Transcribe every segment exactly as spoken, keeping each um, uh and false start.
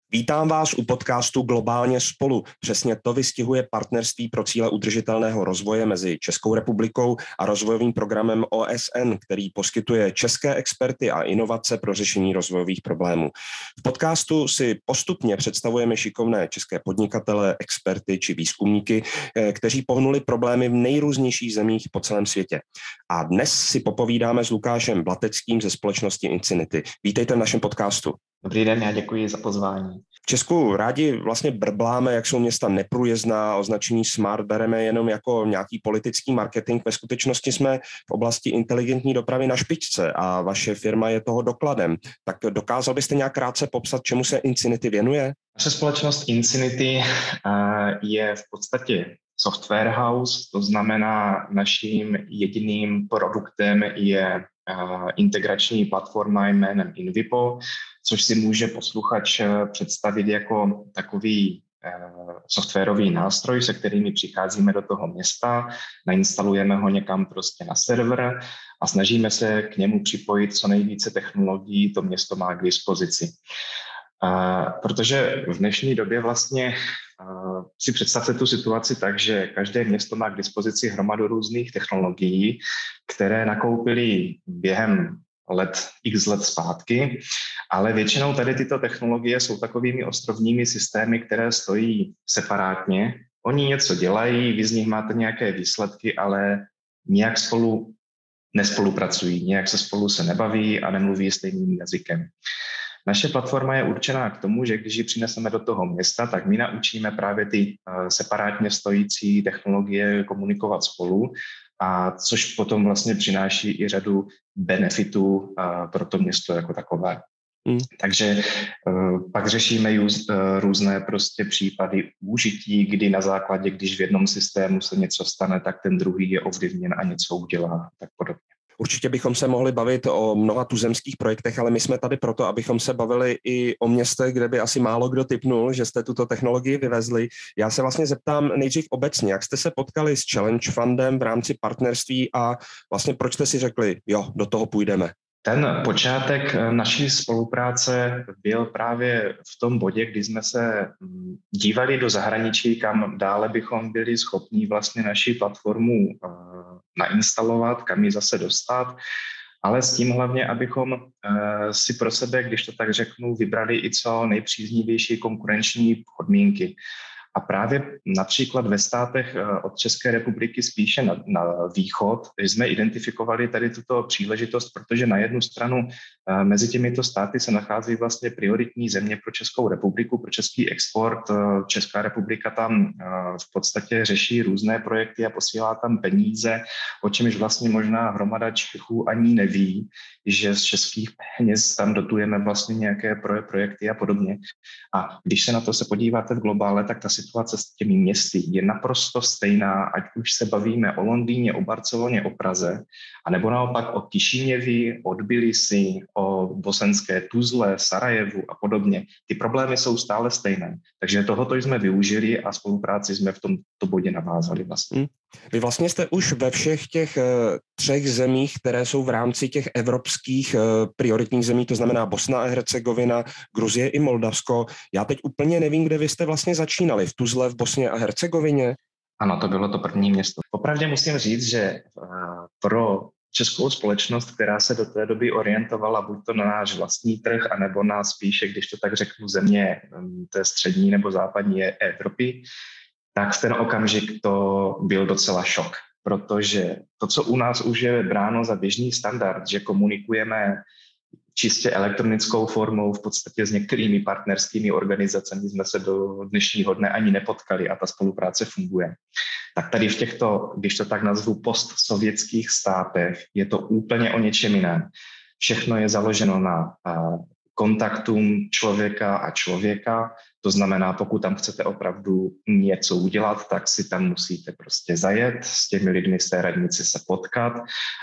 Vítám vás u podcastu Globálně spolu. Přesně to vystihuje partnerství pro cíle udržitelného rozvoje mezi Českou republikou a rozvojovým programem O S N, který poskytuje české experty a inovace pro řešení rozvojových problémů. V podcastu si postupně představujeme šikovné české podnikatele, experty či výzkumníky, kteří pohnuli problémy v nejrůznějších zemích po celém světě. A dnes si popovídáme s Lukášem Blateckým ze společnosti Incinity. Vítejte v našem podcastu. Dobrý den, já děkuji za pozvání. V Česku rádi vlastně brbláme, jak jsou města neprůjezdná, označení smart bereme jenom jako nějaký politický marketing. Ve skutečnosti jsme v oblasti inteligentní dopravy na špičce a vaše firma je toho dokladem. Tak dokázal byste nějak krátce popsat, čemu se Incinity věnuje? Naše společnost Incinity je v podstatě software house, to znamená naším jediným produktem je integrační platforma jménem Invipo, což si může posluchač představit jako takový softwarový nástroj, se kterými přicházíme do toho města, nainstalujeme ho někam prostě na server a snažíme se k němu připojit co nejvíce technologií to město má k dispozici. Protože v dnešní době vlastně si představte tu situaci tak, že každé město má k dispozici hromadu různých technologií, které nakoupili během let, x let zpátky, ale většinou tady tyto technologie jsou takovými ostrovními systémy, které stojí separátně. Oni něco dělají, vy z nich máte nějaké výsledky, ale nijak spolu nespolupracují, nijak se spolu se nebaví a nemluví stejným jazykem. Naše platforma je určená k tomu, že když ji přineseme do toho města, tak my naučíme právě ty separátně stojící technologie komunikovat spolu, a což potom vlastně přináší i řadu benefitů pro to město jako takové. Hmm. Takže uh, pak řešíme juz, uh, různé prostě případy užití, kdy na základě, když v jednom systému se něco stane, tak ten druhý je ovlivněn a něco udělá, tak podobně. Určitě bychom se mohli bavit o mnoha tuzemských projektech, ale my jsme tady proto, abychom se bavili i o městech, kde by asi málo kdo tipnul, že jste tuto technologii vyvezli. Já se vlastně zeptám nejdřív obecně, jak jste se potkali s Challenge Fundem v rámci partnerství a vlastně proč jste si řekli, jo, do toho půjdeme? Ten počátek naší spolupráce byl právě v tom bodě, kdy jsme se dívali do zahraničí, kam dále bychom byli schopni vlastně naši platformu nainstalovat, kam ji zase dostat, ale s tím hlavně, abychom si pro sebe, když to tak řeknu, vybrali i co nejpříznivější konkurenční podmínky. A právě například ve státech od České republiky spíše na, na východ jsme identifikovali tady tuto příležitost, protože na jednu stranu mezi těmito státy se nachází vlastně prioritní země pro Českou republiku, pro český export. Česká republika tam v podstatě řeší různé projekty a posílá tam peníze, o čemž vlastně možná hromada Čechů ani neví, že z českých peněz tam dotujeme vlastně nějaké projekty a podobně. A když se na to se podíváte v globále, tak ta situace s těmi městy je naprosto stejná, ať už se bavíme o Londýně, o Barceloně, o Praze, anebo naopak o Kišiněvi, o Tbilisi, o bosenské Tuzle, Sarajevu a podobně. Ty problémy jsou stále stejné. Takže tohoto jsme využili a spolupráci jsme v tomto bodě navázali vlastně. Hmm. Vy vlastně jste už ve všech těch uh, třech zemích, které jsou v rámci těch evropských uh, prioritních zemí, to znamená Bosna a Hercegovina, Gruzie i Moldavsko. Já teď úplně nevím, kde vy jste vlastně začínali. V Tuzle, v Bosně a Hercegovině? Ano, to bylo to první město. Popravdě musím říct, že uh, pro českou společnost, která se do té doby orientovala buď to na náš vlastní trh, anebo na spíše, když to tak řeknu, země um, té střední nebo západní Evropy, tak v ten okamžik to byl docela šok, protože to, co u nás už je bráno za běžný standard, že komunikujeme čistě elektronickou formou, v podstatě s některými partnerskými organizacemi jsme se do dnešního dne ani nepotkali a ta spolupráce funguje. Tak tady v těchto, když to tak nazvu, postsovětských státech je to úplně o něčem jiném. Všechno je založeno na kontaktům člověka a člověka, to znamená, pokud tam chcete opravdu něco udělat, tak si tam musíte prostě zajet, s těmi lidmi z té radnici se potkat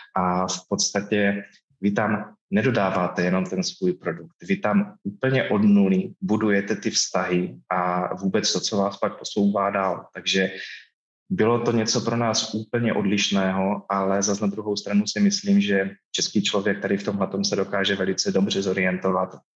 a v podstatě vy tam nedodáváte jenom ten svůj produkt, vy tam úplně od nuly budujete ty vztahy a vůbec to, co vás pak posouvá dál. Takže bylo to něco pro nás úplně odlišného, ale zas na druhou stranu si myslím, že český člověk tady v tomhletom se dokáže velice dobře zorientovat.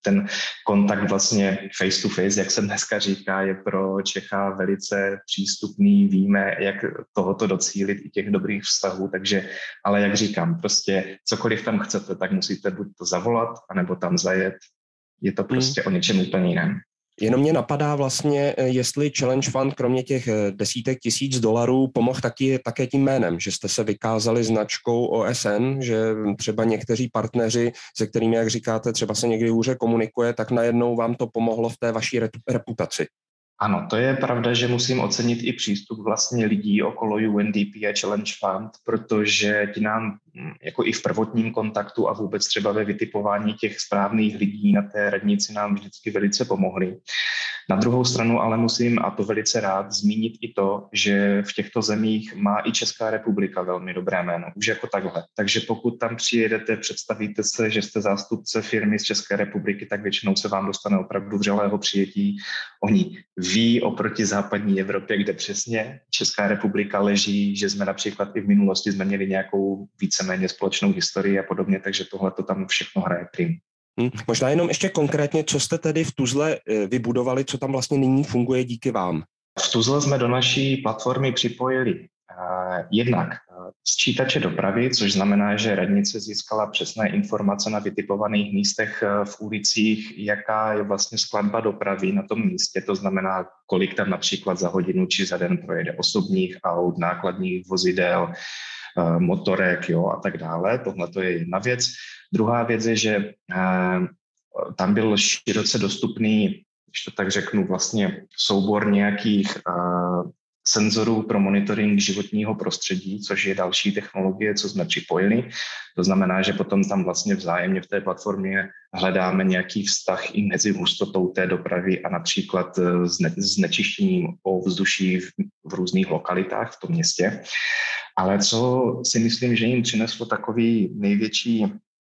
ten kontakt vlastně face to face, jak se dneska říká, je pro Čecha velice přístupný, víme, jak tohoto docílit i těch dobrých vztahů, takže, ale jak říkám, prostě cokoliv tam chcete, tak musíte buď to zavolat, anebo tam zajet, je to prostě hmm. o něčem úplně jiném. Jenom mě napadá vlastně, jestli Challenge Fund kromě těch desítek tisíc dolarů pomohl taky, také tím jménem, že jste se vykázali značkou O S N, že třeba někteří partneři, se kterými, jak říkáte, třeba se někdy hůře komunikuje, tak najednou vám to pomohlo v té vaší reputaci. Ano, to je pravda, že musím ocenit i přístup vlastně lidí okolo U N D P a Challenge Fund, protože ti nám jako i v prvotním kontaktu a vůbec třeba ve vytipování těch správných lidí na té radnici nám vždycky velice pomohli. Na druhou stranu ale musím, a to velice rád, zmínit i to, že v těchto zemích má i Česká republika velmi dobré jméno, už jako takhle. Takže pokud tam přijedete, představíte se, že jste zástupce firmy z České republiky, tak většinou se vám dostane opravdu vřelého přijetí. Oni ví oproti západní Evropě, kde přesně Česká republika leží, že jsme například i v minulosti jsme měli nějakou víceméně společnou historii a podobně, takže tohle to tam všechno hraje prim. Hmm, možná jenom ještě konkrétně, co jste tedy v Tuzle vybudovali, co tam vlastně nyní funguje díky vám? V Tuzle jsme do naší platformy připojili uh, jednak uh, sčítače dopravy, což znamená, že radnice získala přesné informace na vytipovaných místech uh, v ulicích, jaká je vlastně skladba dopravy na tom místě, to znamená, kolik tam například za hodinu či za den projede osobních aut, nákladních vozidel, uh, motorek, jo, a tak dále. Tohle to je jedna věc. Druhá věc je, že uh, tam byl široce dostupný, když to tak řeknu, vlastně soubor nějakých uh, senzorů pro monitoring životního prostředí, což je další technologie, co jsme připojili. To znamená, že potom tam vlastně vzájemně v té platformě hledáme nějaký vztah i mezi hustotou té dopravy a například zne, znečištěním ovzduší v, v různých lokalitách v tom městě. Ale co si myslím, že jim přineslo takový největší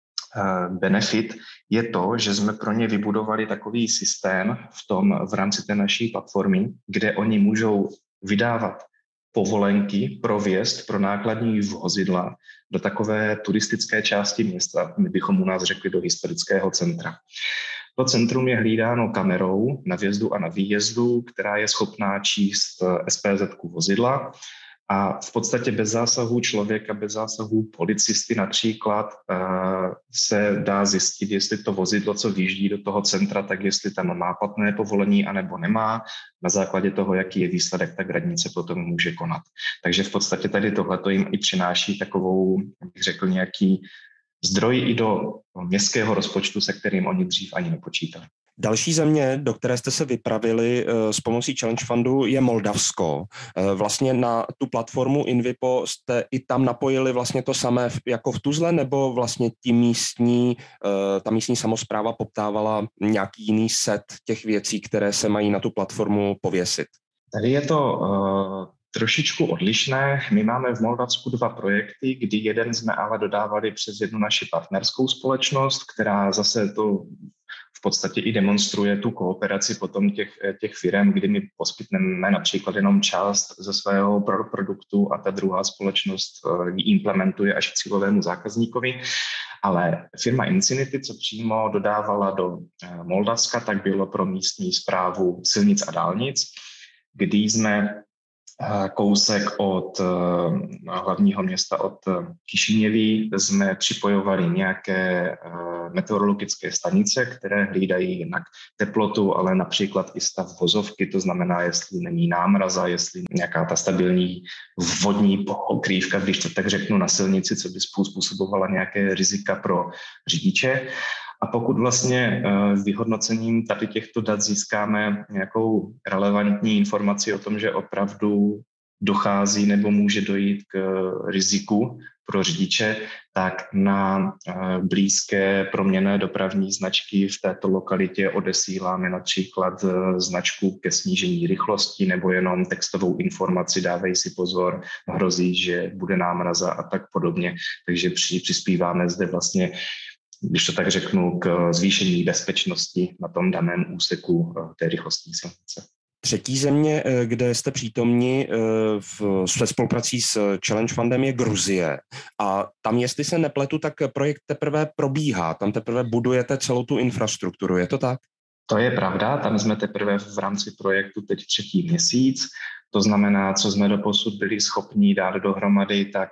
benefit, je to, že jsme pro ně vybudovali takový systém v tom v rámci té naší platformy, kde oni můžou vydávat povolenky pro vjezd pro nákladní vozidla do takové turistické části města, my bychom u nás řekli do historického centra. To centrum je hlídáno kamerou na vjezdu a na výjezdu, která je schopná číst S P Z ku vozidla. A v podstatě bez zásahu člověka, bez zásahu policisty například se dá zjistit, jestli to vozidlo, co vyjíždí do toho centra, tak jestli tam má platné povolení anebo nemá. Na základě toho, jaký je výsledek, tak radnice potom může konat. Takže v podstatě tady tohleto jim i přináší takovou, bych řekl, nějaký zdroj i do městského rozpočtu, se kterým oni dřív ani nepočítali. Další země, do které jste se vypravili s pomocí Challenge Fundu, je Moldavsko. Vlastně na tu platformu Invipo jste i tam napojili vlastně to samé jako v Tuzle, nebo vlastně tí místní, ta místní samospráva poptávala nějaký jiný set těch věcí, které se mají na tu platformu pověsit? Tady je to uh... trošičku odlišné. My máme v Moldavsku dva projekty, kdy jeden jsme ale dodávali přes jednu naši partnerskou společnost, která zase to v podstatě i demonstruje tu kooperaci potom těch, těch firm, kdy my poskytneme například jenom část ze svého produktu a ta druhá společnost ji implementuje až k cílovému zákazníkovi. Ale firma Incinity, co přímo dodávala do Moldavska, tak bylo pro místní správu silnic a dálnic, kdy jsme kousek od hlavního města, od Kišiněví, jsme připojovali nějaké meteorologické stanice, které hlídají jinak teplotu, ale například i stav vozovky, to znamená, jestli není námraza, jestli nějaká ta stabilní vodní pokrývka, když to tak řeknu, na silnici, co by způsobovala nějaké rizika pro řidiče. A pokud vlastně vyhodnocením tady těchto dat získáme nějakou relevantní informaci o tom, že opravdu dochází nebo může dojít k riziku pro řidiče, tak na blízké proměnné dopravní značky v této lokalitě odesíláme například značku ke snížení rychlosti nebo jenom textovou informaci, dávej si pozor, hrozí, že bude námraza a tak podobně. Takže přispíváme zde vlastně, když to tak řeknu, k zvýšení bezpečnosti na tom daném úseku té rychlostní silnice. Třetí země, kde jste přítomni v, ve spoluprací s Challenge Fundem, je Gruzie. A tam, jestli se nepletu, tak projekt teprve probíhá. Tam teprve budujete celou tu infrastrukturu. Je to tak? To je pravda, tam jsme teprve v rámci projektu teď třetí měsíc. To znamená, co jsme doposud byli schopni dát dohromady, tak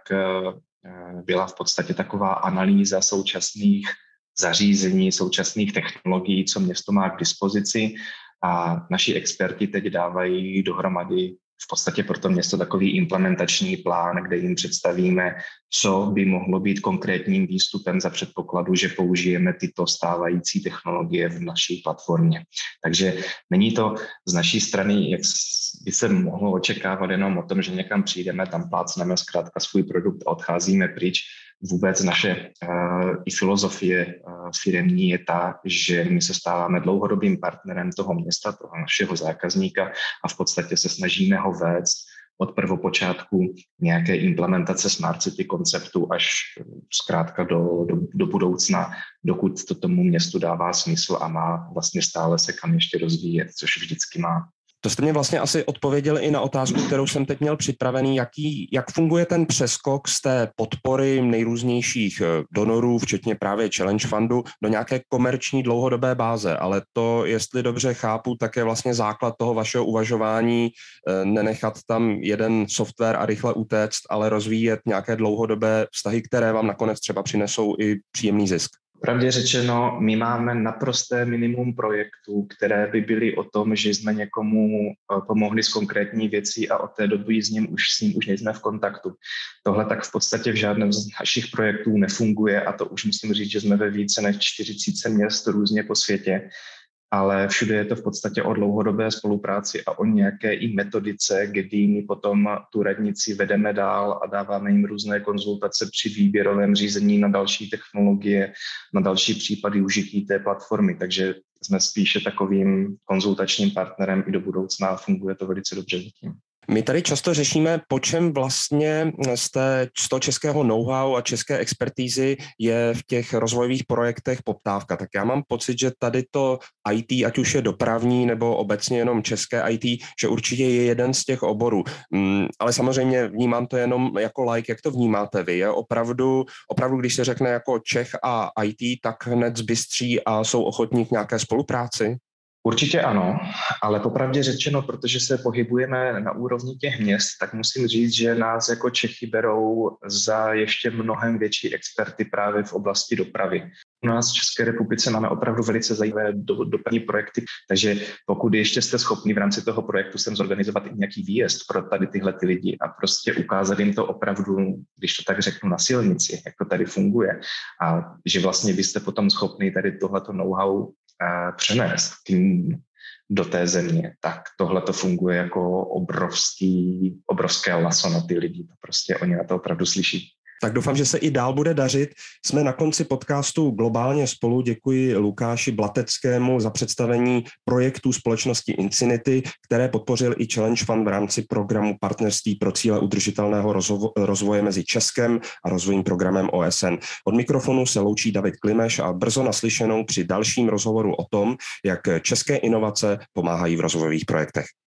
byla v podstatě taková analýza současných zařízení, současných technologií, co město má k dispozici. A naši experti teď dávají dohromady v podstatě pro to město takový implementační plán, kde jim představíme, co by mohlo být konkrétním výstupem za předpokladu, že použijeme tyto stávající technologie v naší platformě. Takže není to z naší strany, jak by se mohlo očekávat, jenom o tom, že někam přijdeme, tam plácneme zkrátka svůj produkt a odcházíme pryč. Vůbec naše uh, i filozofie uh, firemní je ta, že my se stáváme dlouhodobým partnerem toho města, toho našeho zákazníka a v podstatě se snažíme ho vést od prvopočátku nějaké implementace Smart City konceptu až zkrátka do, do, do budoucna, dokud to tomu městu dává smysl a má vlastně stále se kam ještě rozvíjet, což vždycky má. To jste mě vlastně asi odpověděl i na otázku, kterou jsem teď měl připravený, jaký, jak funguje ten přeskok z té podpory nejrůznějších donorů, včetně právě Challenge Fundu, do nějaké komerční dlouhodobé báze. Ale to, jestli dobře chápu, tak je vlastně základ toho vašeho uvažování, nenechat tam jeden software a rychle utéct, ale rozvíjet nějaké dlouhodobé vztahy, které vám nakonec třeba přinesou i příjemný zisk. Pravdě řečeno, my máme naprosté minimum projektů, které by byly o tom, že jsme někomu pomohli s konkrétní věcí a od té doby s ním už, s ním už nejsme v kontaktu. Tohle tak v podstatě v žádném z našich projektů nefunguje a to už musím říct, že jsme ve více než čtyřiceti měst různě po světě. Ale všude je to v podstatě o dlouhodobé spolupráci a o nějaké i metodice, kdy my potom tu radnici vedeme dál a dáváme jim různé konzultace při výběrovém řízení na další technologie, na další případy užití té platformy. Takže jsme spíše takovým konzultačním partnerem i do budoucna a funguje to velice dobře zatím. My tady často řešíme, po čem vlastně z, té, z toho českého know-how a české expertízy je v těch rozvojových projektech poptávka. Tak já mám pocit, že tady to í té, ať už je dopravní nebo obecně jenom české í té, že určitě je jeden z těch oborů. Mm, ale samozřejmě vnímám to jenom jako like, jak to vnímáte vy. Je opravdu, opravdu, když se řekne jako Čech a í té, tak hned zbystří a jsou ochotní k nějaké spolupráci? Určitě ano, ale popravdě řečeno, protože se pohybujeme na úrovni těch měst, tak musím říct, že nás jako Čechy berou za ještě mnohem větší experty právě v oblasti dopravy. U nás v České republice máme opravdu velice zajímavé do, dopravní projekty, takže pokud ještě jste schopni v rámci toho projektu sem zorganizovat i nějaký výjezd pro tady tyhle ty lidi a prostě ukázat jim to opravdu, když to tak řeknu, na silnici, jak to tady funguje a že vlastně byste potom schopni tady tohleto know-how přenést tím do té země, tak tohle to funguje jako obrovský, obrovské laso na ty lidi. To prostě oni na to opravdu slyší. Tak doufám, že se i dál bude dařit. Jsme na konci podcastu Globálně spolu. Děkuji Lukáši Blateckému za představení projektů společnosti Infinity, které podpořil i Challenge Fund v rámci programu Partnerství pro cíle udržitelného rozvoje mezi Českem a rozvojovým programem O S N. Od mikrofonu se loučí David Klimeš a brzo naslyšenou při dalším rozhovoru o tom, jak české inovace pomáhají v rozvojových projektech.